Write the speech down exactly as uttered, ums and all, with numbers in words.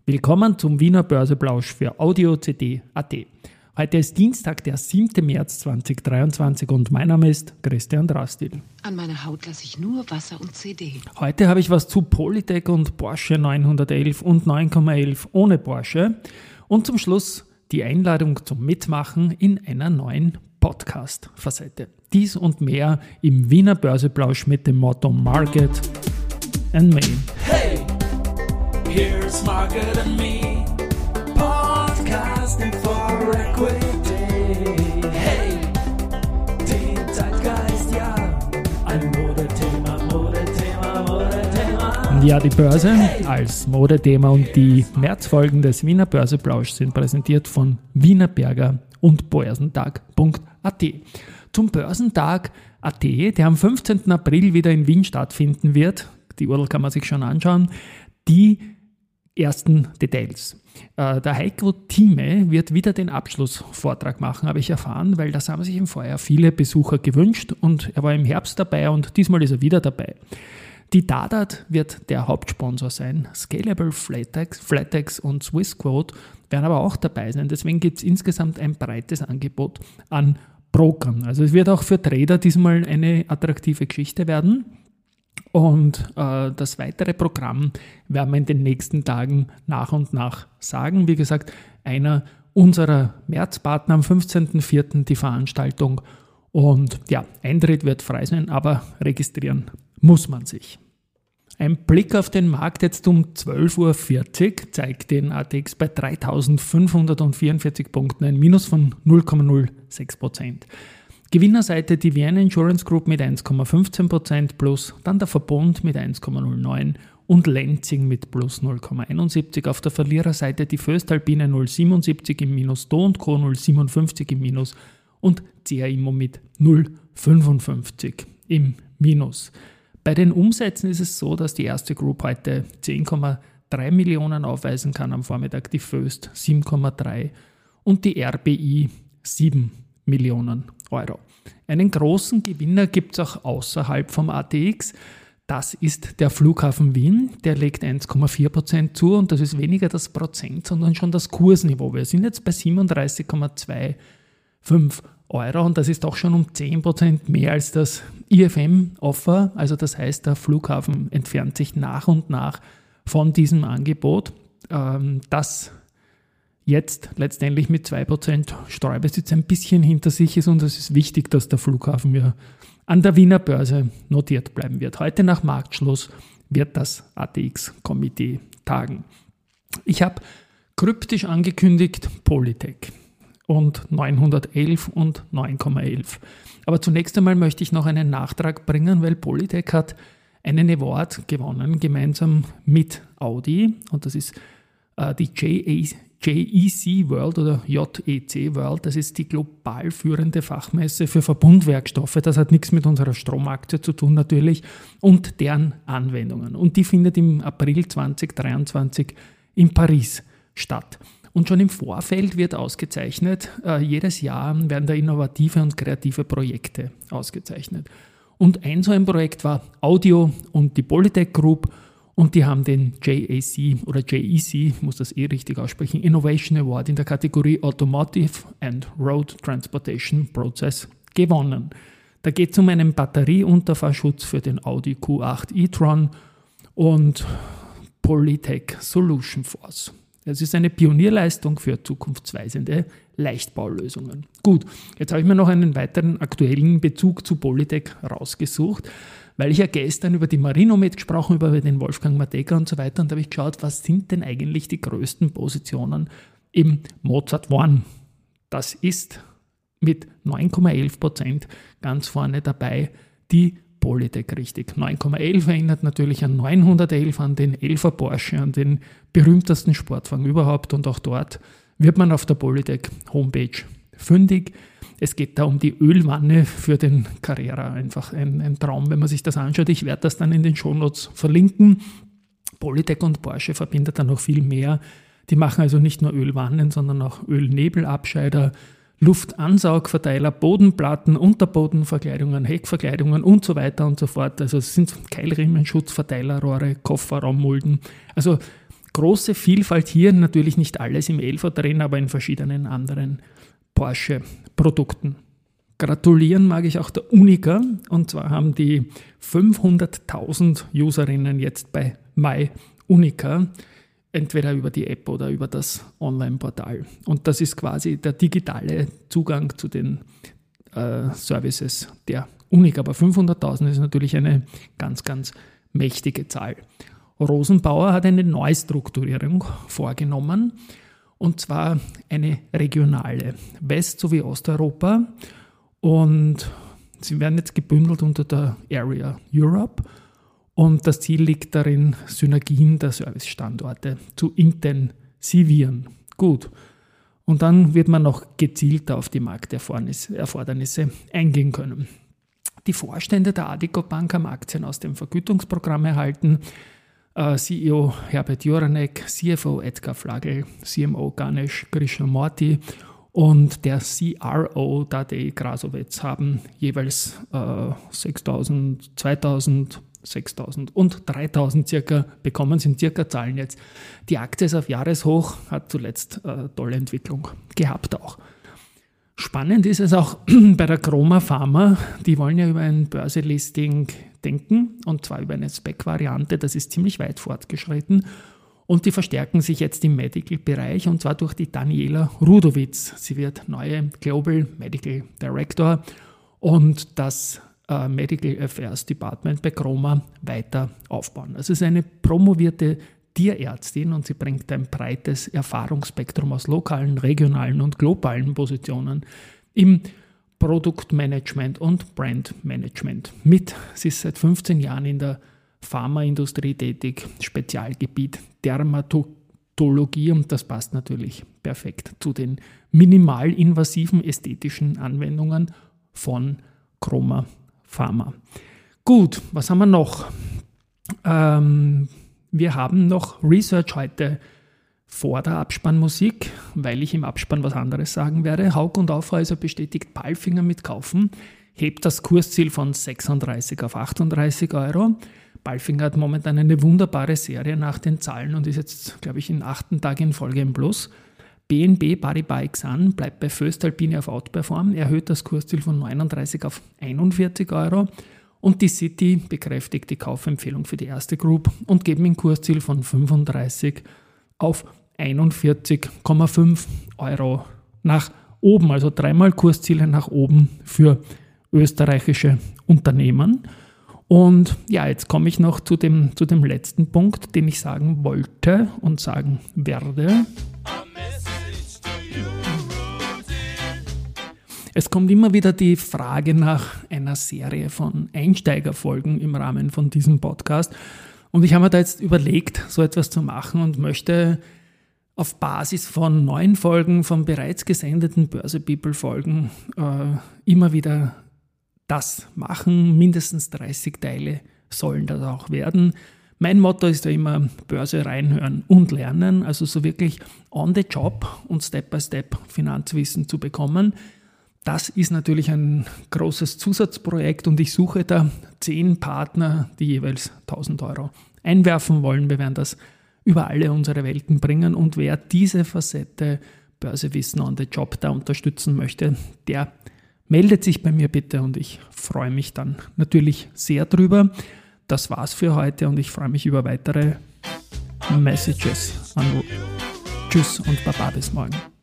Willkommen zum Wiener Börseplausch für Audio C D Punkt A T. Heute ist Dienstag, der siebte März zweitausenddreiundzwanzig und mein Name ist Christian Drastil. An meiner Haut lasse ich nur Wasser und C D. Heute habe ich was zu Polytec und Porsche neunhundertelf und neun Komma elf ohne Porsche und zum Schluss die Einladung zum Mitmachen in einer neuen Podcast-Facette. Dies und mehr im Wiener Börseplausch mit dem Motto Market and Me. Hey, here's Market and Me, podcasting for equity. Hey, den Zeitgeist, ja, ein Modethema, Modethema, Modethema. Ja, die Börse als Modethema und die Märzfolgen des Wiener Börseplausch sind präsentiert von Wienerberger und Börsentag Punkt A T. Zum Börsentag Punkt A T, der am fünfzehnten April wieder in Wien stattfinden wird, die U R L kann man sich schon anschauen, die ersten Details. Äh, der Heiko Thieme wird wieder den Abschlussvortrag machen, habe ich erfahren, weil das haben sich im Vorjahr viele Besucher gewünscht und er war im Herbst dabei und diesmal ist er wieder dabei. Die Dadat wird der Hauptsponsor sein, Scalable, Flatex, Flatex und Swissquote werden aber auch dabei sein. Deswegen gibt es insgesamt ein breites Angebot an Brokern. Also es wird auch für Trader diesmal eine attraktive Geschichte werden. Und äh, das weitere Programm werden wir in den nächsten Tagen nach und nach sagen. Wie gesagt, einer unserer Märzpartner am fünfzehnten vierten die Veranstaltung. Und ja, Eintritt wird frei sein, aber registrieren muss man sich. Ein Blick auf den Markt jetzt um zwölf Uhr vierzig zeigt den A T X bei dreitausendfünfhundertvierundvierzig Punkten, ein Minus von null Komma null sechs Prozent. Gewinnerseite die Vienna Insurance Group mit eins Komma fünfzehn Prozent plus, dann der Verbund mit eins Komma null neun und Lenzing mit plus null Komma einundsiebzig. Auf der Verliererseite die Föstalpine null Komma siebenundsiebzig im Minus, Do und Co. null Komma siebenundfünfzig im Minus und C A Immo mit null Komma fünfundfünfzig im Minus. Bei den Umsätzen ist es so, dass die erste Group heute zehn Komma drei Millionen aufweisen kann am Vormittag, die Föst sieben Komma drei und die R B I sieben Millionen Euro. Einen großen Gewinner gibt es auch außerhalb vom A T X. Das ist der Flughafen Wien. Der legt eins Komma vier Prozent zu und das ist weniger das Prozent, sondern schon das Kursniveau. Wir sind jetzt bei siebenunddreißig Komma fünfundzwanzig Euro und das ist auch schon um zehn Prozent mehr als das I F M-Offer. Also das heißt, der Flughafen entfernt sich nach und nach von diesem Angebot. Das jetzt letztendlich mit zwei Prozent Streubesitz ein bisschen hinter sich ist und es ist wichtig, dass der Flughafen ja an der Wiener Börse notiert bleiben wird. Heute nach Marktschluss wird das A T X-Komitee tagen. Ich habe kryptisch angekündigt Polytec und neunhundertelf und neun Komma elf. Aber zunächst einmal möchte ich noch einen Nachtrag bringen, weil Polytec hat einen Award gewonnen, gemeinsam mit Audi und das ist äh, die J E C World oder J E C World, das ist die global führende Fachmesse für Verbundwerkstoffe. Das hat nichts mit unserer Stromaktie zu tun natürlich und deren Anwendungen. Und die findet im April zweitausenddreiundzwanzig in Paris statt. Und schon im Vorfeld wird ausgezeichnet, äh, jedes Jahr werden da innovative und kreative Projekte ausgezeichnet. Und ein so ein Projekt war Audio und die Polytec Group. Und die haben den J A C oder J E C, ich muss das eh richtig aussprechen, Innovation Award in der Kategorie Automotive and Road Transportation Process gewonnen. Da geht es um einen Batterieunterfahrschutz für den Audi Q acht e-tron und Polytec Solution Force. Es ist eine Pionierleistung für zukunftsweisende Leichtbaulösungen. Gut, jetzt habe ich mir noch einen weiteren aktuellen Bezug zu Polytec rausgesucht, weil ich ja gestern über die Marinomed gesprochen, über den Wolfgang Matejka und so weiter, und da habe ich geschaut, was sind denn eigentlich die größten Positionen im Mozart One. Das ist mit neun Komma elf Prozent ganz vorne dabei die Polytec, richtig. neun Komma elf erinnert natürlich an neunhundertelf, an den elfer Porsche, an den berühmtesten Sportwagen überhaupt und auch dort wird man auf der Polytec Homepage fündig. Es geht da um die Ölwanne für den Carrera, einfach ein, ein Traum, wenn man sich das anschaut. Ich werde das dann in den Shownotes verlinken. Polytec und Porsche verbindet dann noch viel mehr. Die machen also nicht nur Ölwannen, sondern auch Ölnebelabscheider, Luftansaugverteiler, Bodenplatten, Unterbodenverkleidungen, Heckverkleidungen und so weiter und so fort. Also es sind Keilriemen, Schutzverteilerrohre, Kofferraummulden. Also große Vielfalt hier, natürlich nicht alles im Elfer drin, aber in verschiedenen anderen Porsche-Produkten. Gratulieren mag ich auch der Unica, und zwar haben die fünfhunderttausend Userinnen jetzt bei MyUnica, entweder über die App oder über das Online-Portal. Und das ist quasi der digitale Zugang zu den äh, Services der Unica. Aber fünfhunderttausend ist natürlich eine ganz, ganz mächtige Zahl. Rosenbauer hat eine Neustrukturierung vorgenommen, und zwar eine regionale, West- sowie Osteuropa. Und sie werden jetzt gebündelt unter der Area Europe. Und das Ziel liegt darin, Synergien der Servicestandorte zu intensivieren. Gut. Und dann wird man noch gezielter auf die Markterfordernisse eingehen können. Die Vorstände der Addiko Bank haben Aktien aus dem Vergütungsprogramm erhalten. Uh, C E O Herbert Juranek, C F O Edgar Flagel, C M O Ganesh Krishnamurthy und der C R O Tadej Krasovec haben jeweils uh, sechstausend, zweitausend, sechstausend und dreitausend circa bekommen, sind circa Zahlen jetzt. Die Aktie ist auf Jahreshoch, hat zuletzt uh, tolle Entwicklung gehabt auch. Spannend ist es auch bei der Chroma Pharma, die wollen ja über ein Börselisting denken, und zwar über eine Spec-Variante, das ist ziemlich weit fortgeschritten, und die verstärken sich jetzt im Medical-Bereich, und zwar durch die Daniela Rudowitz. Sie wird neue Global Medical Director und das äh, Medical Affairs Department bei Chroma weiter aufbauen. Also es ist eine promovierte Tierärztin, und sie bringt ein breites Erfahrungsspektrum aus lokalen, regionalen und globalen Positionen im Produktmanagement und Brandmanagement mit. Sie ist seit fünfzehn Jahren in der Pharmaindustrie tätig, Spezialgebiet Dermatologie, und das passt natürlich perfekt zu den minimalinvasiven ästhetischen Anwendungen von Chroma Pharma. Gut, was haben wir noch? Ähm, Wir haben noch Research heute vor der Abspannmusik, weil ich im Abspann was anderes sagen werde. Hauck und Aufhäuser bestätigt Palfinger mit Kaufen, hebt das Kursziel von sechsunddreißig auf achtunddreißig Euro. Palfinger hat momentan eine wunderbare Serie nach den Zahlen und ist jetzt, glaube ich, in achten Tag in Folge im Plus. B N B Paribas Exane bleibt bei Föstalpine auf Outperform, erhöht das Kursziel von neununddreißig auf einundvierzig Euro. Und die City bekräftigt die Kaufempfehlung für die erste Group und geben ein Kursziel von fünfunddreißig auf einundvierzig Komma fünf Euro nach oben. Also dreimal Kursziele nach oben für österreichische Unternehmen. Und ja, jetzt komme ich noch zu dem, zu dem letzten Punkt, den ich sagen wollte und sagen werde. Es kommt immer wieder die Frage nach einer Serie von Einsteigerfolgen im Rahmen von diesem Podcast. Und ich habe mir da jetzt überlegt, so etwas zu machen und möchte auf Basis von neuen Folgen, von bereits gesendeten Börse People Folgen äh, immer wieder das machen. Mindestens dreißig Teile sollen das auch werden. Mein Motto ist ja immer Börse reinhören und lernen, also so wirklich on the job und Step by Step Finanzwissen zu bekommen. Das ist natürlich ein großes Zusatzprojekt und ich suche da zehn Partner, die jeweils tausend Euro einwerfen wollen. Wir werden das über alle unsere Welten bringen und wer diese Facette Börsewissen on the Job da unterstützen möchte, der meldet sich bei mir bitte und ich freue mich dann natürlich sehr drüber. Das war's für heute und ich freue mich über weitere Messages. Tschüss und Baba bis morgen.